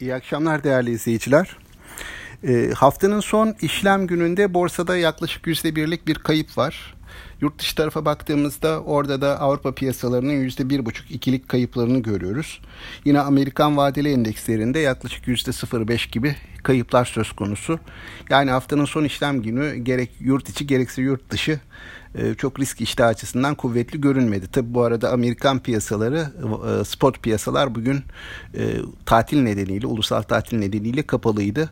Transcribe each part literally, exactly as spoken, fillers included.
İyi akşamlar değerli izleyiciler. E, haftanın son işlem gününde borsada yaklaşık yüzde birlik bir kayıp var. Yurt dışı tarafa baktığımızda orada da Avrupa piyasalarının yüzde bir buçuk ikilik kayıplarını görüyoruz. Yine Amerikan vadeli endekslerinde yaklaşık yüzde sıfır virgül beş gibi kayıplar söz konusu. Yani haftanın son işlem günü gerek yurt içi gerekse yurt dışı çok risk iştahı açısından kuvvetli görünmedi. Tabi bu arada Amerikan piyasaları, spot piyasalar bugün tatil nedeniyle, ulusal tatil nedeniyle kapalıydı.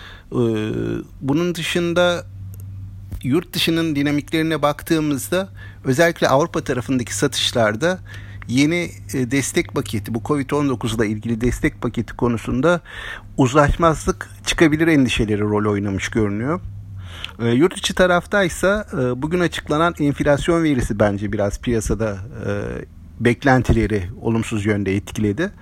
Bunun dışında yurt dışının dinamiklerine baktığımızda özellikle Avrupa tarafındaki satışlarda yeni destek paketi, bu kovid on dokuz ile ilgili destek paketi konusunda uzlaşmazlık çıkabilir endişeleri rol oynamış görünüyor. E, yurt içi taraftaysa e, bugün açıklanan enflasyon verisi bence biraz piyasada e, beklentileri olumsuz yönde etkiledi.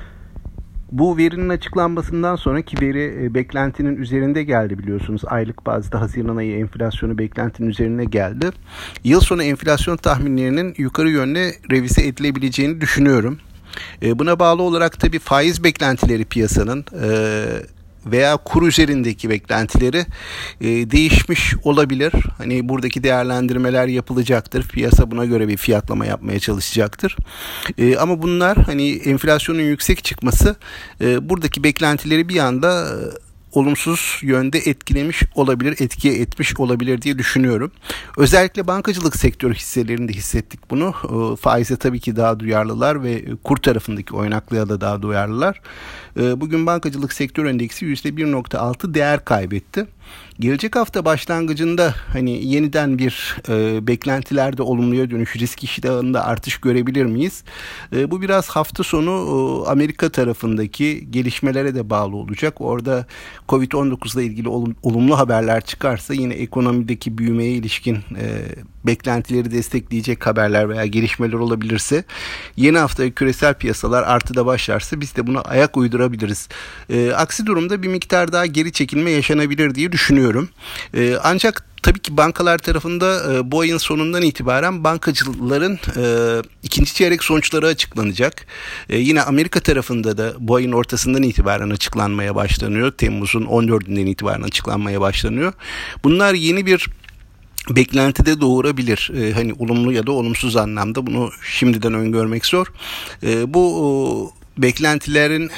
Bu verinin açıklanmasından sonraki veri e, beklentinin üzerinde geldi biliyorsunuz. Aylık bazda Haziran ayı enflasyonu beklentinin üzerine geldi. Yıl sonu enflasyon tahminlerinin yukarı yönde revize edilebileceğini düşünüyorum. E, buna bağlı olarak tabii faiz beklentileri piyasanın e, veya kur üzerindeki beklentileri e, değişmiş olabilir. Hani buradaki değerlendirmeler yapılacaktır. Piyasa buna göre bir fiyatlama yapmaya çalışacaktır. E, ama bunlar hani enflasyonun yüksek çıkması e, buradaki beklentileri bir anda e, olumsuz yönde etkilemiş olabilir, etkiye etmiş olabilir diye düşünüyorum. Özellikle bankacılık sektörü hisselerinde hissettik bunu. E, faize tabii ki daha duyarlılar ve kur tarafındaki oynaklığa da daha duyarlılar. E, bugün bankacılık sektör endeksi yüzde bir virgül altı değer kaybetti. Gelecek hafta başlangıcında hani yeniden bir e, beklentilerde olumluya dönüş, risk iştahında artış görebilir miyiz? E, bu biraz hafta sonu e, Amerika tarafındaki gelişmelere de bağlı olacak. Orada kovid on dokuz ile ilgili olum, olumlu haberler çıkarsa yine ekonomideki büyümeye ilişkin e, beklentileri destekleyecek haberler veya gelişmeler olabilirse yeni hafta küresel piyasalar artıda başlarsa biz de buna ayak uydurabiliriz. E, aksi durumda bir miktar daha geri çekilme yaşanabilir diye düşünüyorum. E, ancak tabii ki bankalar tarafında e, bu ayın sonundan itibaren bankacıların e, ikinci çeyrek sonuçları açıklanacak. E, yine Amerika tarafında da bu ayın ortasından itibaren açıklanmaya başlanıyor. Temmuz'un on dördünden itibaren açıklanmaya başlanıyor. Bunlar yeni bir beklentide doğurabilir. Ee, hani olumlu ya da olumsuz anlamda bunu şimdiden öngörmek zor. Ee, bu o, beklentilerin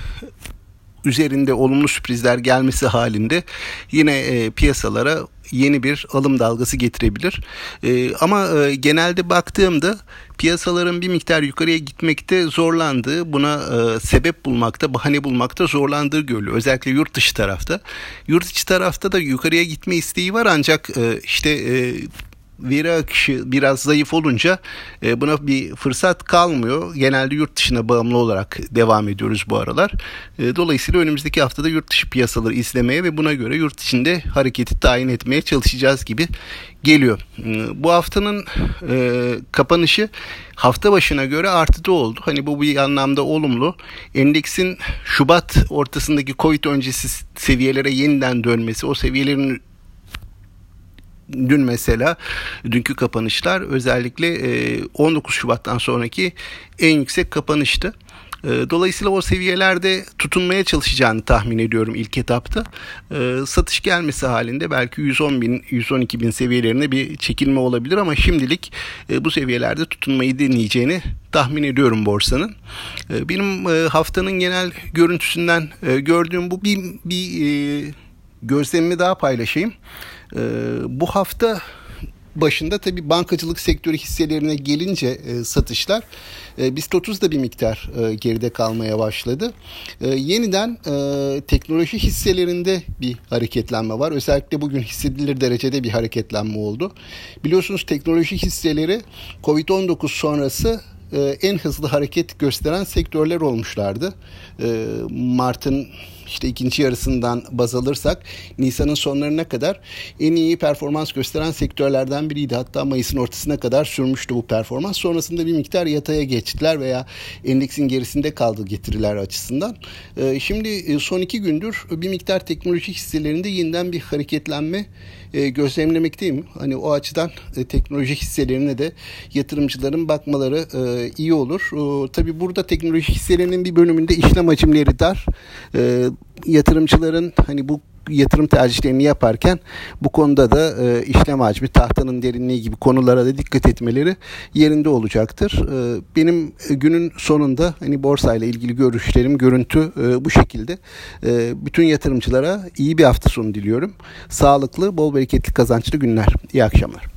üzerinde olumlu sürprizler gelmesi halinde yine e, piyasalara yeni bir alım dalgası getirebilir. E, ama e, genelde baktığımda piyasaların bir miktar yukarıya gitmekte zorlandığı, buna e, sebep bulmakta, bahane bulmakta zorlandığı görülüyor. Özellikle yurt dışı tarafta. Yurt içi tarafta da yukarıya gitme isteği var ancak e, işte e, veri akışı biraz zayıf olunca e, buna bir fırsat kalmıyor. Genelde yurt dışına bağımlı olarak devam ediyoruz bu aralar. E, dolayısıyla önümüzdeki haftada yurt dışı piyasaları izlemeye ve buna göre yurt içinde hareketi tayin etmeye çalışacağız gibi geliyor. E, bu haftanın e, kapanışı hafta başına göre artıda oldu. Hani bu bir anlamda olumlu. Endeksin Şubat ortasındaki Covid öncesi seviyelere yeniden dönmesi, o seviyelerin dün mesela dünkü kapanışlar özellikle on dokuz Şubat'tan sonraki en yüksek kapanıştı. Dolayısıyla o seviyelerde tutunmaya çalışacağını tahmin ediyorum ilk etapta. Satış gelmesi halinde belki yüz on bin, yüz on iki bin seviyelerine bir çekilme olabilir ama şimdilik bu seviyelerde tutunmayı deneyeceğini tahmin ediyorum borsanın. Benim haftanın genel görüntüsünden gördüğüm bu bir, bir gözlemimi daha paylaşayım. Ee, bu hafta başında tabii bankacılık sektörü hisselerine gelince e, satışlar e, BIST otuz da bir miktar e, geride kalmaya başladı. E, yeniden e, teknoloji hisselerinde bir hareketlenme var. Özellikle bugün hissedilir derecede bir hareketlenme oldu. Biliyorsunuz teknoloji hisseleri kovid on dokuz sonrası en hızlı hareket gösteren sektörler olmuşlardı. Mart'ın işte ikinci yarısından baz alırsak Nisan'ın sonlarına kadar en iyi performans gösteren sektörlerden biriydi. Hatta Mayıs'ın ortasına kadar sürmüştü bu performans. Sonrasında bir miktar yataya geçtiler veya endeksin gerisinde kaldı getiriler açısından. E, şimdi son iki gündür bir miktar teknoloji hisselerinde yeniden bir hareketlenme e, gözlemlemekteyim. Hani o açıdan e, teknoloji hisselerine de yatırımcıların bakmaları e, iyi olur. E, tabii burada teknoloji hisselerinin bir bölümünde işlem hacimleri dar. E, yatırımcıların hani bu yatırım tercihlerini yaparken bu konuda da e, işlem hacmi, tahtanın derinliği gibi konulara da dikkat etmeleri yerinde olacaktır. E, benim günün sonunda hani borsayla ilgili görüşlerim, görüntü e, bu şekilde. E, bütün yatırımcılara iyi bir hafta sonu diliyorum. Sağlıklı, bol bereketli, kazançlı günler. İyi akşamlar.